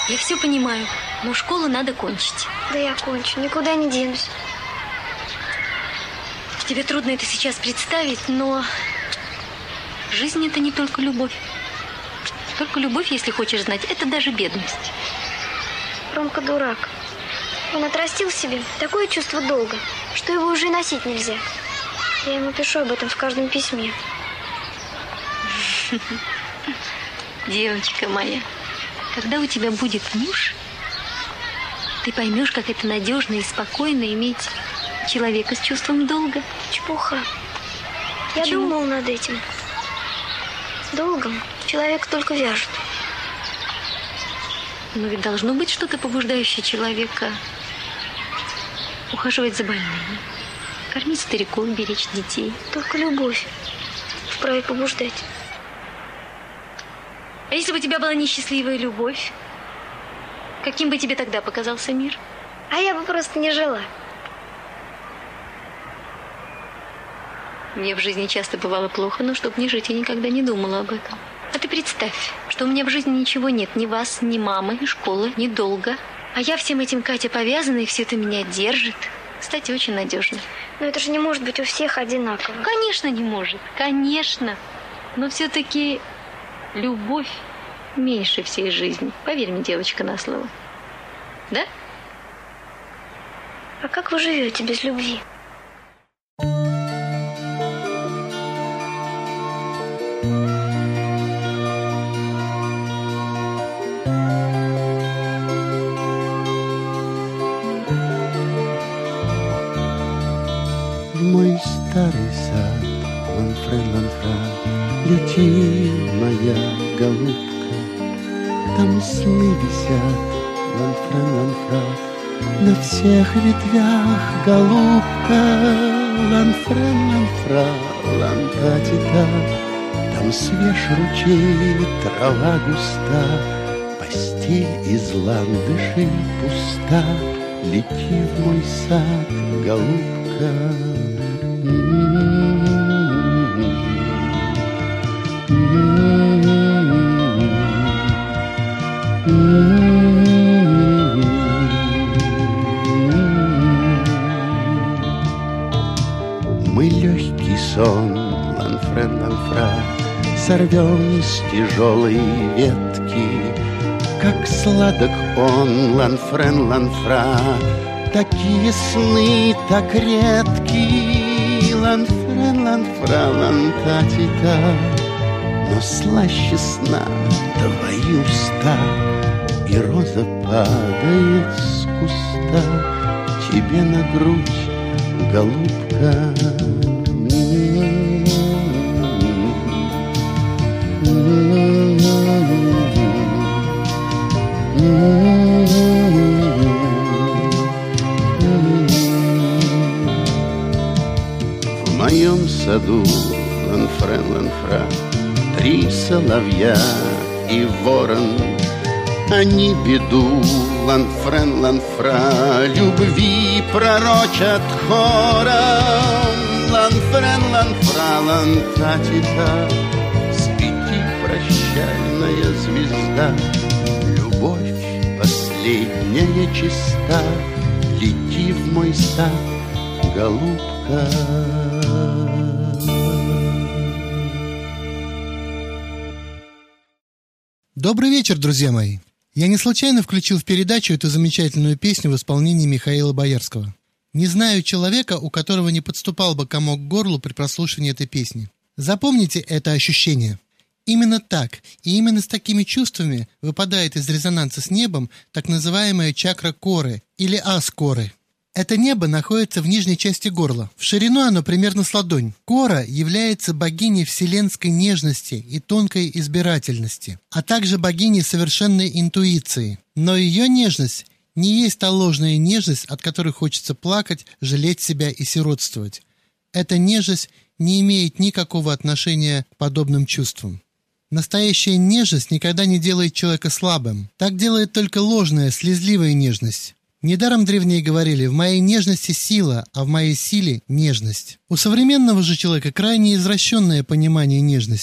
Я все понимаю, но школу надо кончить. Да я кончу, никуда не денусь. Тебе трудно это сейчас представить, но жизнь – это не только любовь. Только любовь, если хочешь знать, это даже бедность. Ромка дурак. Он отрастил себе такое чувство долга, что его уже носить нельзя. Я ему пишу об этом в каждом письме. Девочка моя, когда у тебя будет муж, ты поймешь, как это надежно и спокойно иметь человека с чувством долга. Чепуха. Я думал над этим. Долгом человек только вяжет. Но ведь должно быть что-то, побуждающее человека ухаживать за больными, кормить стариков, беречь детей. Только любовь вправе побуждать. А если бы у тебя была несчастливая любовь, каким бы тебе тогда показался мир? А я бы просто не жила. Мне в жизни часто бывало плохо, но чтоб не жить, я никогда не думала об этом. А ты представь, что у меня в жизни ничего нет. Ни вас, ни мамы, ни школы, ни долга. А я всем этим, Катя, повязана, и все это меня держит. Кстати, очень надежно. Но это же не может быть у всех одинаково. Конечно, не может. Конечно. Но все-таки любовь меньше всей жизни. Поверь мне, девочка, на слово. Да? А как вы живете без любви? Мой старый сад, ланфре, лети, моя голубка. Там сны висят, ланфре, на всех ветвях, голубка. Ланфре, лантатита, там свеж ручей, трава густа, постель из ландышей пуста. Лети в мой сад, голубка. Мы легкий сон, ланфра, сорвем с тяжелой ветки. Как сладок он, ланфра, такие сны так редки. Ланфра, лантатита, но слаще сна твои уста. И роза падает с куста тебе на грудь, голубка. В моем саду, ланфра, 3 соловья и ворон. Они беду, ланфра, любви пророчат хором. Ланфра, лантатита, свети, прощальная звезда. Любовь последняя чиста, лети в мой сад, голубка. Добрый вечер, друзья мои! Я не случайно включил в передачу эту замечательную песню в исполнении Михаила Боярского. Не знаю человека, у которого не подступал бы комок к горлу при прослушивании этой песни. Запомните это ощущение. Именно так и именно с такими чувствами выпадает из резонанса с небом так называемая чакра коры или ас коры. Это небо находится в нижней части горла. В ширину оно примерно с ладонь. Кора является богиней вселенской нежности и тонкой избирательности, а также богиней совершенной интуиции. Но ее нежность не есть та ложная нежность, от которой хочется плакать, жалеть себя и сиротствовать. Эта нежность не имеет никакого отношения к подобным чувствам. Настоящая нежность никогда не делает человека слабым. Так делает только ложная, слезливая нежность. Недаром древние говорили: «В моей нежности сила, а в моей силе нежность». У современного же человека крайне извращенное понимание нежности.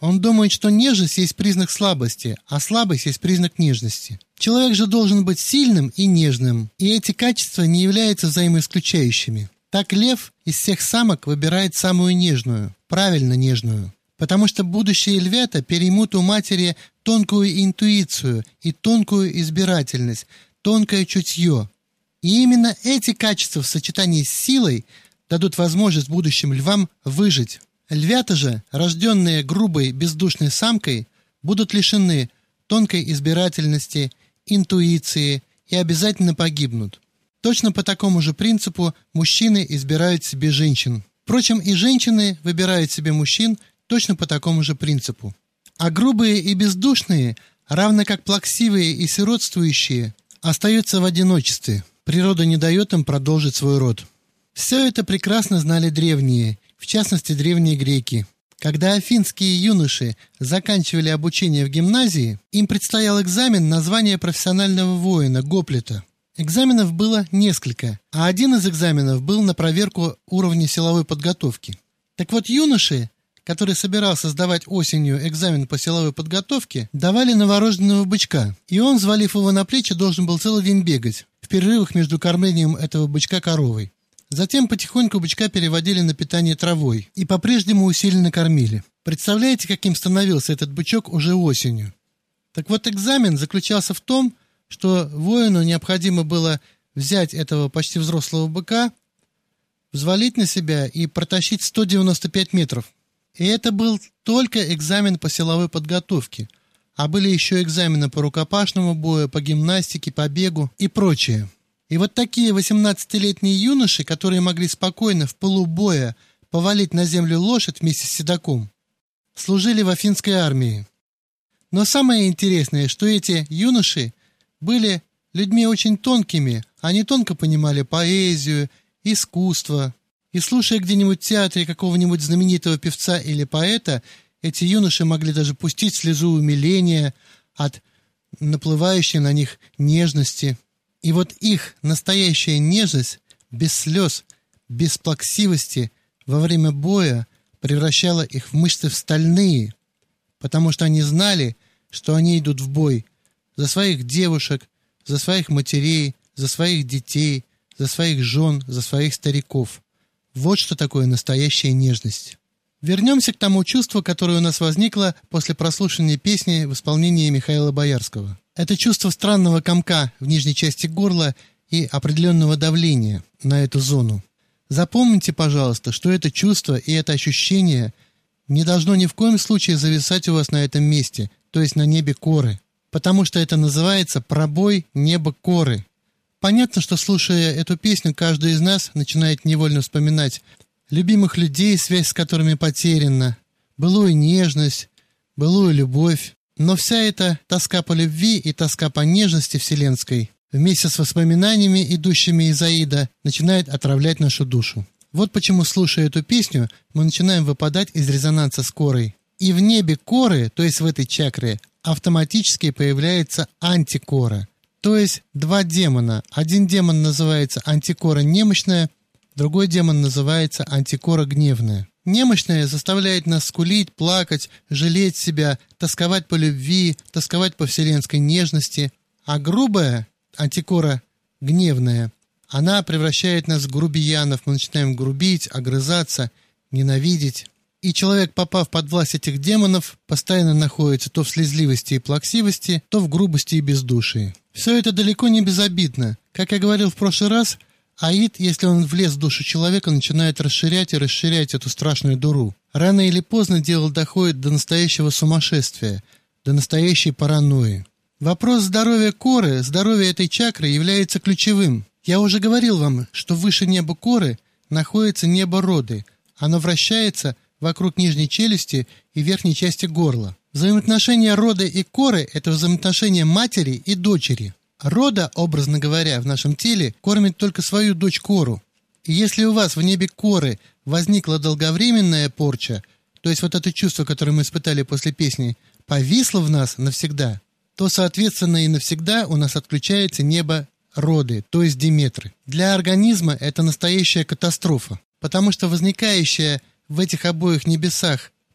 Он думает, что нежность есть признак слабости, а слабость есть признак нежности. Человек же должен быть сильным и нежным, и эти качества не являются взаимоисключающими. Так лев из всех самок выбирает самую нежную, правильно нежную, потому что будущие львята переймут у матери тонкую интуицию и тонкую избирательность, тонкое чутье. И именно эти качества в сочетании с силой дадут возможность будущим львам выжить. Львята же, рожденные грубой, бездушной самкой, будут лишены тонкой избирательности, интуиции и обязательно погибнут. Точно по такому же принципу мужчины избирают себе женщин. Впрочем, и женщины выбирают себе мужчин точно по такому же принципу. А грубые и бездушные, равно как плаксивые и сиротствующие, остаются в одиночестве. Природа не дает им продолжить свой род. Все это прекрасно знали древние, в частности древние греки. Когда афинские юноши заканчивали обучение в гимназии, им предстоял экзамен на звание профессионального воина, гоплита. Экзаменов было несколько, а один из экзаменов был на проверку уровня силовой подготовки. Так вот, юноши, который собирался сдавать осенью экзамен по силовой подготовке, давали новорожденного бычка, и он, взвалив его на плечи, должен был целый день бегать, в перерывах между кормлением этого бычка коровой. Затем потихоньку бычка переводили на питание травой и по-прежнему усиленно кормили. Представляете, каким становился этот бычок уже осенью? Так вот, экзамен заключался в том, что воину необходимо было взять этого почти взрослого быка, взвалить на себя и протащить 195 метров. И это был только экзамен по силовой подготовке, а были еще экзамены по рукопашному бою, по гимнастике, по бегу и прочее. И вот такие 18-летние юноши, которые могли спокойно в пылу боя повалить на землю лошадь вместе с седаком, служили в афинской армии. Но самое интересное, что эти юноши были людьми очень тонкими, они тонко понимали поэзию, искусство. И слушая где-нибудь в театре какого-нибудь знаменитого певца или поэта, эти юноши могли даже пустить слезу умиления от наплывающей на них нежности. И вот их настоящая нежность, без слез, без плаксивости, во время боя превращала их в мышцы в стальные, потому что они знали, что они идут в бой за своих девушек, за своих матерей, за своих детей, за своих жен, за своих стариков. Вот что такое настоящая нежность. Вернемся к тому чувству, которое у нас возникло после прослушивания песни в исполнении Михаила Боярского. Это чувство странного комка в нижней части горла и определенного давления на эту зону. Запомните, пожалуйста, что это чувство и это ощущение не должно ни в коем случае зависать у вас на этом месте, то есть на небе коры, потому что это называется пробой неба коры. Понятно, что, слушая эту песню, каждый из нас начинает невольно вспоминать любимых людей, связь с которыми потеряна, былую нежность, былую любовь. Но вся эта тоска по любви и тоска по нежности вселенской вместе с воспоминаниями, идущими из Аида, начинает отравлять нашу душу. Вот почему, слушая эту песню, мы начинаем выпадать из резонанса с корой. И в небе коры, то есть в этой чакре, автоматически появляется антикора. То есть два демона. Один демон называется антикора немощная, другой демон называется антикора гневная. Немощная заставляет нас скулить, плакать, жалеть себя, тосковать по любви, тосковать по вселенской нежности. А грубая, антикора гневная, она превращает нас в грубиянов. Мы начинаем грубить, огрызаться, ненавидеть. И человек, попав под власть этих демонов, постоянно находится то в слезливости и плаксивости, то в грубости и бездушии. Все это далеко не безобидно. Как я говорил в прошлый раз, Аид, если он влез в душу человека, начинает расширять и расширять эту страшную дыру. Рано или поздно дело доходит до настоящего сумасшествия, до настоящей паранойи. Вопрос здоровья коры, здоровья этой чакры является ключевым. Я уже говорил вам, что выше неба коры находится небо роды. Оно вращается вокруг нижней челюсти и верхней части горла. Взаимоотношения рода и коры – это взаимоотношения матери и дочери. Рода, образно говоря, в нашем теле кормит только свою дочь кору. И если у вас в небе коры возникла долговременная порча, то есть вот это чувство, которое мы испытали после песни, повисло в нас навсегда, то, соответственно, и навсегда у нас отключается небо роды, то есть Деметры. Для организма это настоящая катастрофа, потому что возникающая в этих обоих небесах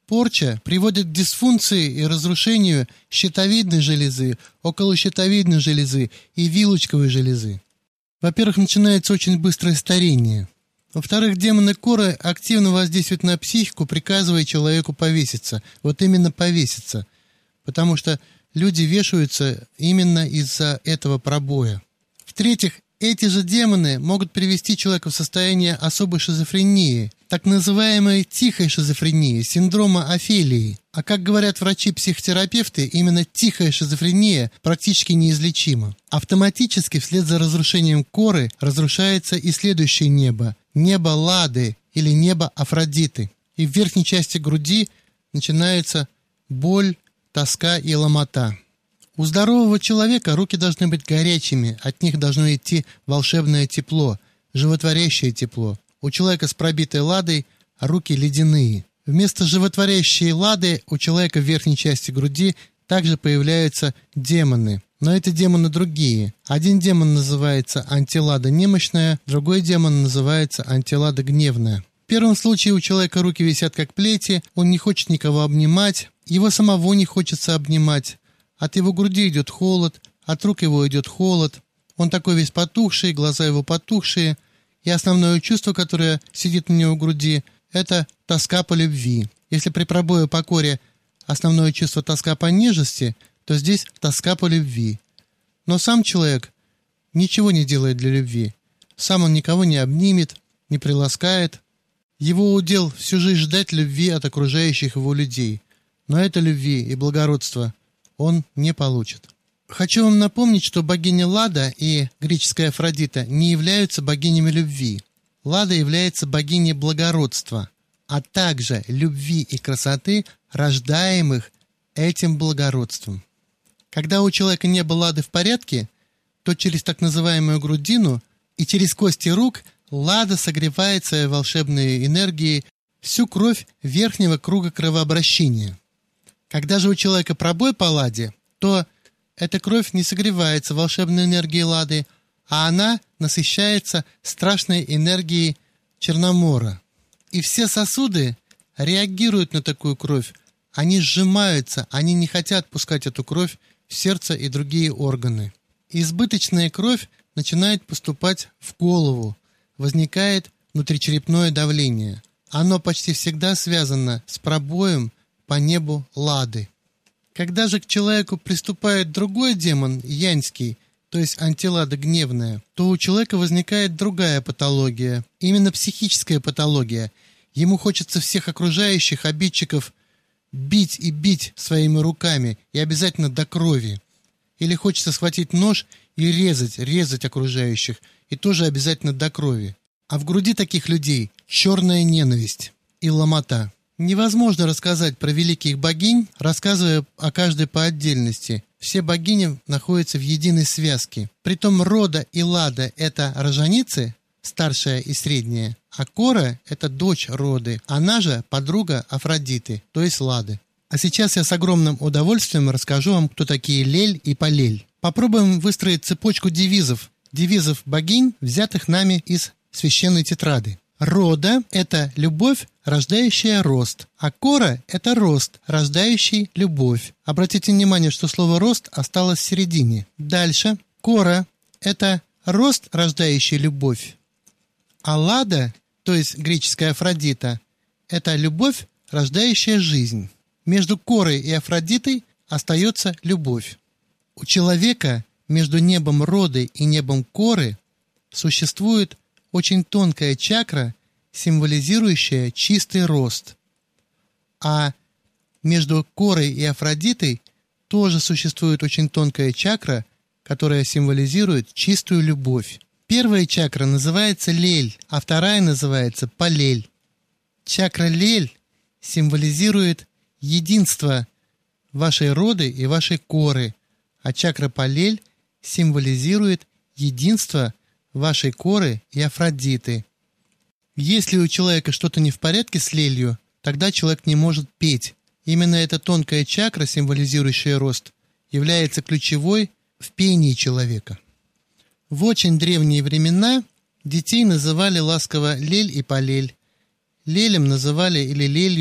Порча приводит к дисфункции и разрушению щитовидной железы, околощитовидной железы и вилочковой железы. Во-первых, начинается очень быстрое старение. Во-вторых, демоны коры активно воздействуют на психику, приказывая человеку повеситься. Вот именно повеситься. Потому что люди вешаются именно из-за этого пробоя. В-третьих, эти же демоны могут привести человека в состояние особой шизофрении, так называемой тихой шизофрении, синдрома Офелии. А как говорят врачи-психотерапевты, именно тихая шизофрения практически неизлечима. Автоматически вслед за разрушением коры разрушается и следующее небо – небо Лады или небо Афродиты. И в верхней части груди начинается боль, тоска и ломота. У здорового человека руки должны быть горячими, от них должно идти волшебное тепло, животворящее тепло. У человека с пробитой ладой руки ледяные. Вместо животворящей лады у человека в верхней части груди также появляются демоны. Но это демоны другие. Один демон называется антилада немощная, другой демон называется антилада гневная. В первом случае у человека руки висят как плети, он не хочет никого обнимать, его самого не хочется обнимать. От его груди идет холод, от рук его идет холод. Он такой весь потухший, глаза его потухшие. И основное чувство, которое сидит у него в груди, это тоска по любви. Если при пробое по коре основное чувство тоска по нежности, то здесь тоска по любви. Но сам человек ничего не делает для любви. Сам он никого не обнимет, не приласкает. Его удел всю жизнь ждать любви от окружающих его людей. Но этой любви и благородства он не получит. Хочу вам напомнить, что богиня Лада и греческая Афродита не являются богинями любви. Лада является богиней благородства, а также любви и красоты, рождаемых этим благородством. Когда у человека небо Лады в порядке, то через так называемую грудину и через кости рук Лада согревает своей волшебной энергией всю кровь верхнего круга кровообращения. Когда же у человека пробой по Ладе, то эта кровь не согревается волшебной энергией Лады, а она насыщается страшной энергией Черномора. И все сосуды реагируют на такую кровь. Они сжимаются, они не хотят пускать эту кровь в сердце и другие органы. Избыточная кровь начинает поступать в голову, возникает внутричерепное давление. Оно почти всегда связано с пробоем по небу Лады. Когда же к человеку приступает другой демон, яньский, то есть антилада гневная, то у человека возникает другая патология, именно психическая патология. Ему хочется всех окружающих обидчиков бить и бить своими руками, и обязательно до крови. Или хочется схватить нож и резать окружающих, и тоже обязательно до крови. А в груди таких людей черная ненависть и ломота. Невозможно рассказать про великих богинь, рассказывая о каждой по отдельности. Все богини находятся в единой связке. Притом Рода и Лада – это роженицы, старшая и средняя, а Кора – это дочь Роды, она же подруга Афродиты, то есть Лады. А сейчас я с огромным удовольствием расскажу вам, кто такие Лель и Палель. Попробуем выстроить цепочку девизов богинь, взятых нами из священной тетрады. Рода – это любовь, рождающая рост, а Кора – это рост, рождающий любовь. Обратите внимание, что слово «рост» осталось в середине. Дальше. Кора – это рост, рождающий любовь, а Лада, то есть греческая Афродита, это любовь, рождающая жизнь. Между Корой и Афродитой остается любовь. У человека между небом Роды и небом Коры существует очень тонкая чакра, символизирующая чистый рост. А между Корой и Афродитой тоже существует очень тонкая чакра, которая символизирует чистую любовь. Первая чакра называется Лель, а вторая называется Палель. Чакра Лель символизирует единство вашей Роды и вашей Коры, а чакра Палель символизирует единство вашей Коры и Афродиты. Если у человека что-то не в порядке с Лелью, тогда человек не может петь. Именно эта тонкая чакра, символизирующая рост, является ключевой в пении человека. В очень древние времена детей называли ласково Лель и Палель. Лелем называли или Лелью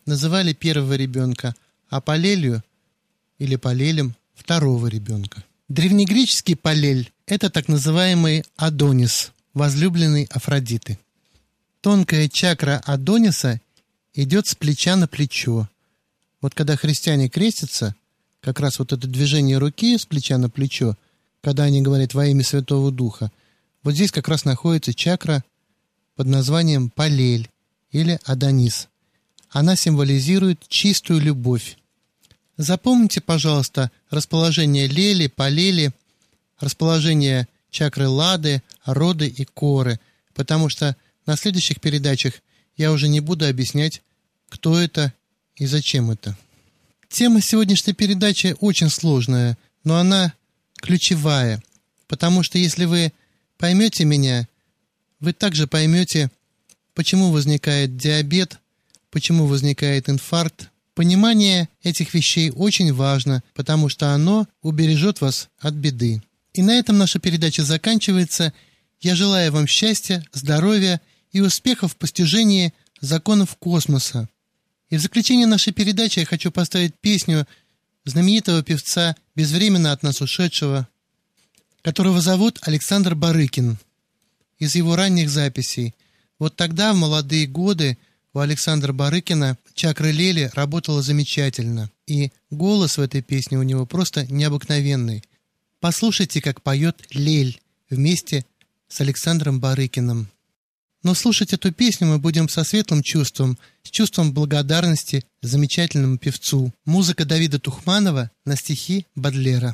называли первого ребенка, а Палелью или Палелем второго ребенка. Древнегреческий Палель – это так называемый Адонис, возлюбленный Афродиты. Тонкая чакра Адониса идет с плеча на плечо. Вот когда христиане крестятся, как раз вот это движение руки с плеча на плечо, когда они говорят во имя Святого Духа, вот здесь как раз находится чакра под названием Палель или Адонис. Она символизирует чистую любовь. Запомните, пожалуйста, расположение Лели, Палели, расположение чакры Лады, Роды и Коры, потому что на следующих передачах я уже не буду объяснять, кто это и зачем это. Тема сегодняшней передачи очень сложная, но она ключевая, потому что если вы поймете меня, вы также поймете, почему возникает диабет, почему возникает инфаркт. Понимание этих вещей очень важно, потому что оно убережет вас от беды. И на этом наша передача заканчивается. Я желаю вам счастья, здоровья и успехов в постижении законов космоса. И в заключение нашей передачи я хочу поставить песню знаменитого певца, безвременно от нас ушедшего, которого зовут Александр Барыкин, из его ранних записей. Вот тогда, в молодые годы, у Александра Барыкина чакра Лели работала замечательно, и голос в этой песне у него просто необыкновенный. Послушайте, как поет Лель вместе с Александром Барыкиным. Но слушать эту песню мы будем со светлым чувством, с чувством благодарности замечательному певцу. Музыка Давида Тухманова на стихи Бодлера.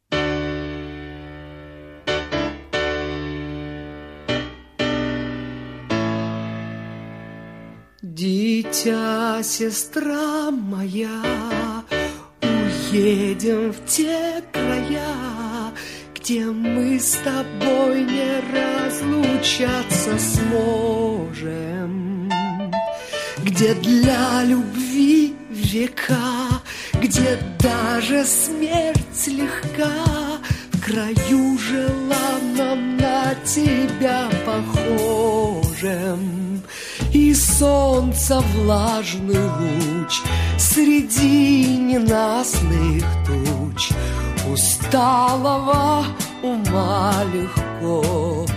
Дитя, сестра моя, уедем в те края, где мы с тобой не разлучаться сможем, где для любви века, где даже смерть легка, в краю желанном на тебя похожем. И солнца влажный луч среди ненастных туч усталого ума легко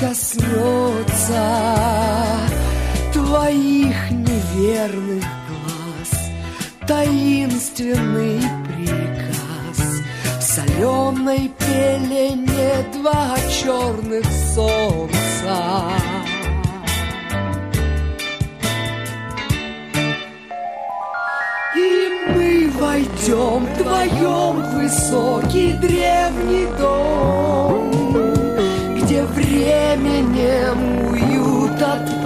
коснется твоих неверных глаз. Таинственный приказ в соленой пелене два черных солнца. Войдем вдвоем в высокий древний дом, где временем уют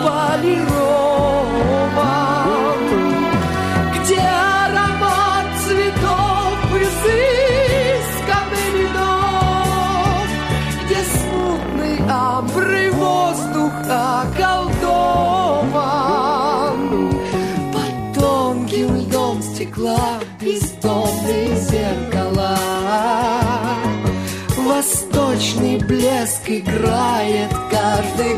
отполирован, где аромат цветов изысканный медов, где смутный амбры воздух околдован, под тонким льдом стекла бездонные зеркала, восточный блеск играет каждой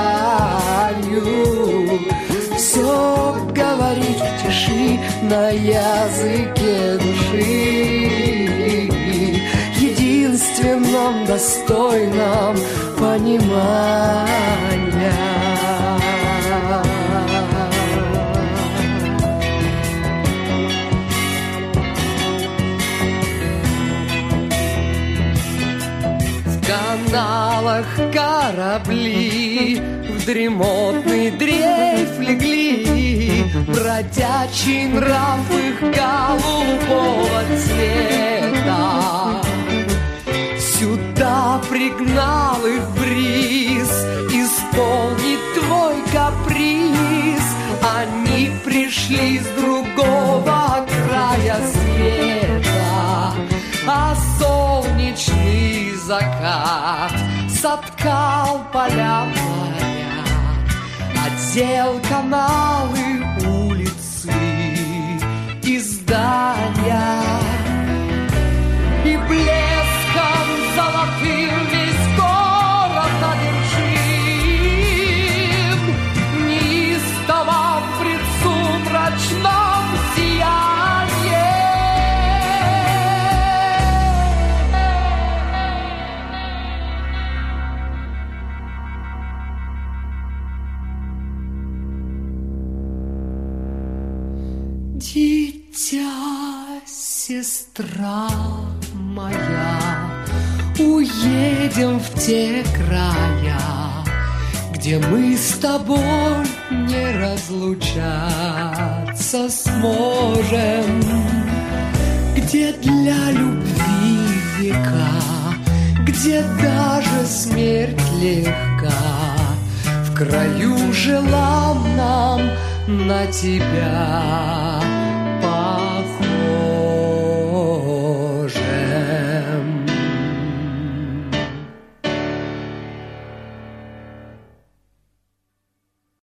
гранью. Все говорит в тиши на языке души, единственном достойном понимания. В каналах корабли в дремотный дрейф легли, бродячий нрав их голубого цвета. Сюда пригнал их бриз исполнить твой каприз. Они пришли с другого края света, а солнечный закат соткал поля моря, одел каналы, улицы и здания, и блеском золотым весь город одержим, неистово в предсумрачном Дитя, сестра моя, уедем в те края, где мы с тобой не разлучаться сможем, где для любви века, где даже смерть легка, в краю желанном на тебя